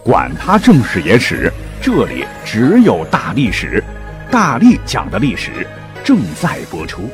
管它正史野史，这里只有大历史，大力讲的历史正在播出。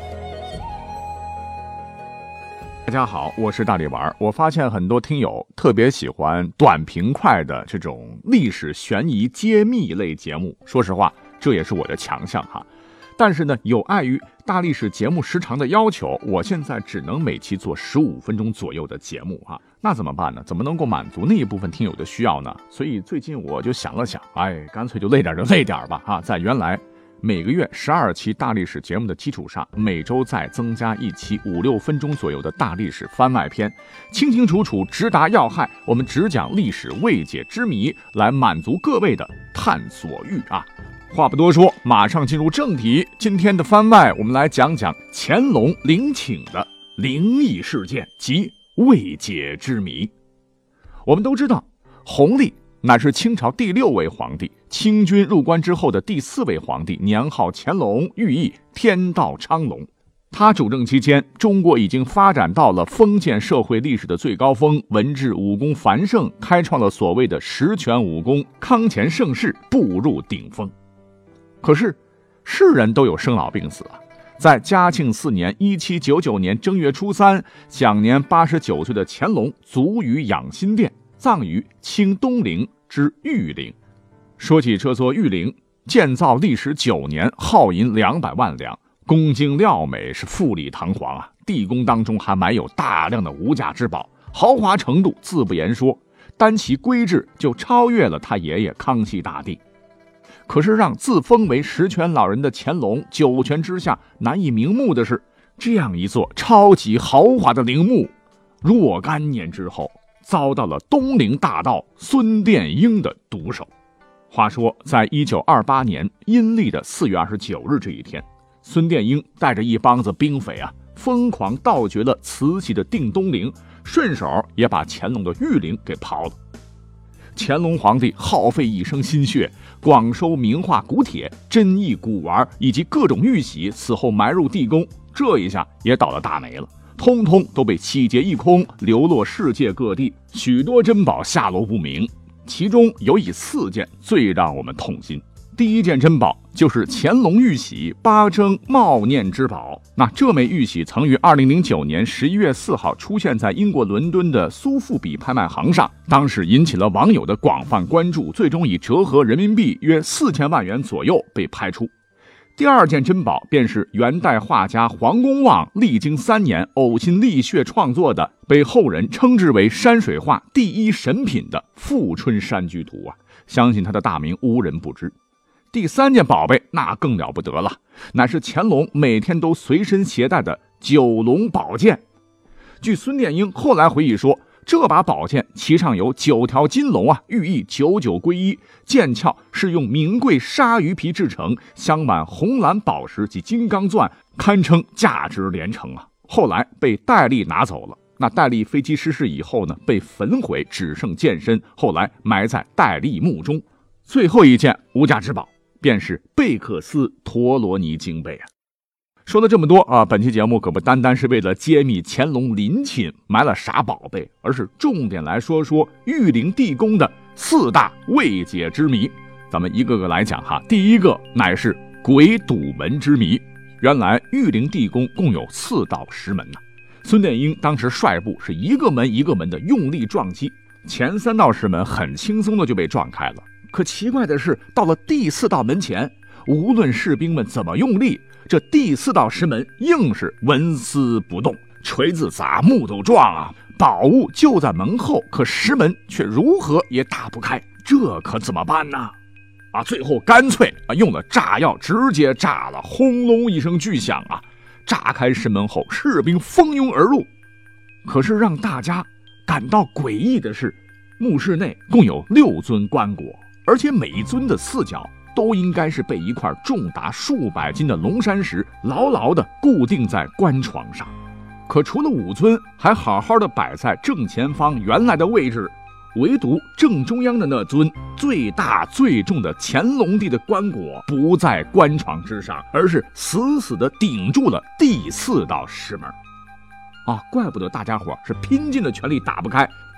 大家好，我是大力丸。我发现很多听友特别喜欢短平快的这种历史悬疑揭秘类节目，说实话，这也是我的强项哈。但是呢，有碍于大历史节目时长的要求，我现在只能每期做15分钟左右的节目哈。那怎么办呢？怎么能够满足那一部分听友的需要呢？所以最近我就想了想，干脆就累点就累点吧哈。在原来每个月12期大历史节目的基础上，每周再增加一期5-6分钟左右的大历史番外篇，清清楚楚直达要害，我们只讲历史未解之谜，来满足各位的探索欲啊。话不多说，马上进入正题。今天的番外，我们来讲讲乾隆陵寝的灵异事件及未解之谜。我们都知道，弘历乃是清朝第6位皇帝，清军入关之后的第4位皇帝，年号乾隆，寓意天道昌隆。他主政期间，中国已经发展到了封建社会历史的最高峰，文治武功繁盛，开创了所谓的十全武功，康乾盛世步入顶峰。可是世人都有生老病死啊。在嘉庆4年1799年正月初3，享年89岁的乾隆卒于养心殿，葬于清东陵之玉陵。说起这座玉陵，建造历时9年，耗银200万两，宫精料美，是富丽堂皇啊。地宫当中还埋有大量的无价之宝，豪华程度自不言说，单其规制就超越了他爷爷康熙大帝。可是让自封为十全老人的乾隆九泉之下难以瞑目的是，这样一座超级豪华的陵墓，若干年之后遭到了东陵大盗孙殿英的毒手。话说在1928年阴历的4月29日这一天，孙殿英带着一帮子兵匪疯狂盗掘了慈禧的定东陵，顺手也把乾隆的玉陵给刨了。乾隆皇帝耗费一生心血，广收名画古帖、珍异古玩以及各种玉玺，此后埋入地宫，这一下也倒了大霉了，通通都被洗劫一空，流落世界各地，许多珍宝下落不明。其中有以4件最让我们痛心。第一件珍宝就是乾隆玉玺八珍茂念之宝。那这枚玉玺曾于2009年11月4号出现在英国伦敦的苏富比拍卖行上，当时引起了网友的广泛关注，最终以折合人民币约4000万元左右被拍出。第二件珍宝便是元代画家黄公望历经3年呕心沥血创作的，被后人称之为山水画第一神品的富春山居图相信他的大名无人不知。第3件宝贝那更了不得了，乃是乾隆每天都随身携带的9龙宝剑。据孙殿英后来回忆说，这把宝剑其上有9条金龙寓意99归一，剑鞘是用名贵鲨鱼皮制成，镶满红蓝宝石及金刚钻，堪称价值连城后来被戴笠拿走了。那戴笠飞机失事以后呢，被焚毁，只剩剑身，后来埋在戴笠墓中。最后一件无价之宝便是贝克斯陀罗尼经贝说了这么多本期节目可不单单是为了揭秘乾隆陵寝埋了啥宝贝，而是重点来说说玉陵地宫的4大未解之谜。咱们一个个来讲第一个乃是鬼堵门之谜。原来玉陵地宫共有4道石门孙殿英当时率部是一个门一个门的用力撞击，前3道石门很轻松的就被撞开了。可奇怪的是，到了第4道门前，无论士兵们怎么用力，这第4道石门硬是纹丝不动，锤子砸，木头撞宝物就在门后，可石门却如何也打不开，这可怎么办呢？最后干脆用了炸药，直接炸了，轰隆一声巨响炸开石门后，士兵蜂拥而入。可是让大家感到诡异的是，墓室内共有6尊棺椁，而且每一尊的4角都应该是被一块重达数百斤的龙山石牢牢地固定在棺床上。可除了5尊还好好的摆在正前方原来的位置，唯独正中央的那尊最大最重的乾隆帝的棺椁不在棺床之上，而是死死地顶住了第4道石门怪不得大家伙是拼尽了全力打不开，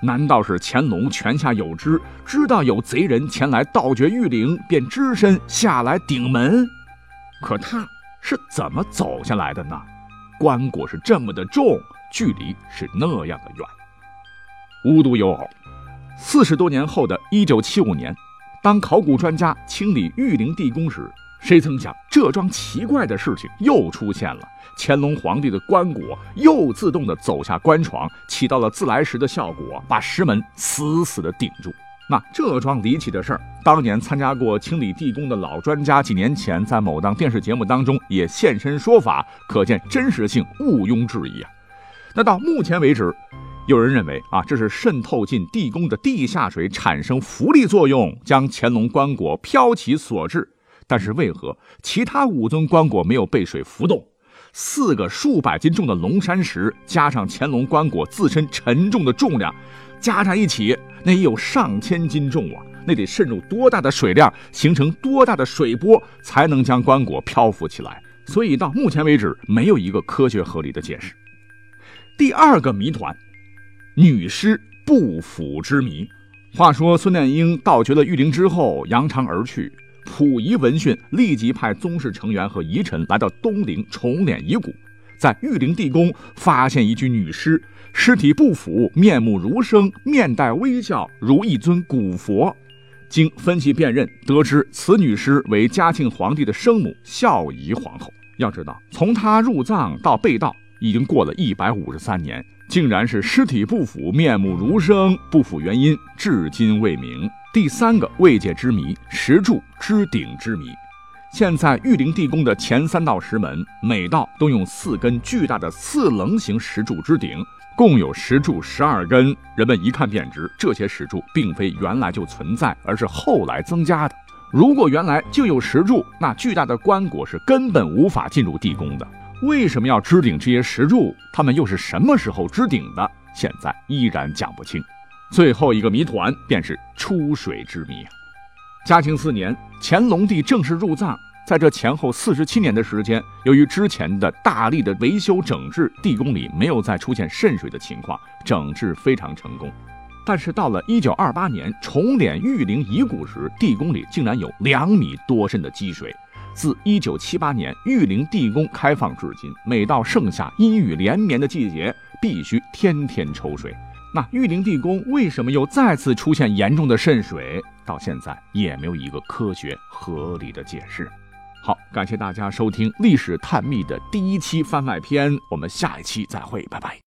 难道是乾隆泉下有知，知道有贼人前来盗掘玉陵，便只身下来顶门？可他是怎么走下来的呢？棺椁是这么的重，距离是那样的远。无独有偶，40多年后的1975年，当考古专家清理玉陵地宫时，谁曾想这桩奇怪的事情又出现了。乾隆皇帝的棺椁又自动地走下棺床，起到了自来石的效果，把石门死死地顶住。那这桩离奇的事儿，当年参加过清理地宫的老专家几年前在某档电视节目当中也现身说法，可见真实性毋庸置疑啊。那到目前为止，有人认为这是渗透进地宫的地下水产生浮力作用，将乾隆棺椁飘起所致。但是为何其他5尊棺椁没有被水浮动？4个数百斤重的龙山石，加上乾隆棺椁自身沉重的重量，加在一起，那也有上千斤重啊！那得渗入多大的水量，形成多大的水波，才能将棺椁漂浮起来？所以到目前为止，没有一个科学合理的解释。第2个谜团，女尸不腐之谜。话说孙殿英盗掘了玉陵之后扬长而去，溥仪闻讯立即派宗室成员和遗臣来到东陵重敛遗骨，在玉陵地宫发现一具女尸，尸体不腐，面目如生，面带微笑，如一尊古佛。经分析辨认，得知此女尸为嘉庆皇帝的生母孝仪皇后。要知道，从她入葬到被盗已经过了153年，竟然是尸体不腐，面目如生，不腐原因至今未明。第3个未解之谜，石柱之顶之谜。现在玉陵地宫的前3道石门，每道都用4根巨大的4棱形石柱之顶，共有石柱12根。人们一看便知，这些石柱并非原来就存在，而是后来增加的。如果原来就有石柱，那巨大的棺椁是根本无法进入地宫的。为什么要支顶这些石柱？他们又是什么时候支顶的？现在依然讲不清。最后一个谜团便是出水之谜。嘉庆4年，乾隆帝正式入葬，在这前后47年的时间，由于之前的大力的维修整治，地宫里没有再出现渗水的情况，整治非常成功。但是到了1928年重敛玉陵遗骨时，地宫里竟然有2米多深的积水。自1978年玉陵地宫开放至今，每到盛夏阴雨连绵的季节，必须天天抽水。那玉陵地宫为什么又再次出现严重的渗水？到现在也没有一个科学合理的解释。好，感谢大家收听历史探秘的第1期番外篇，我们下一期再会，拜拜。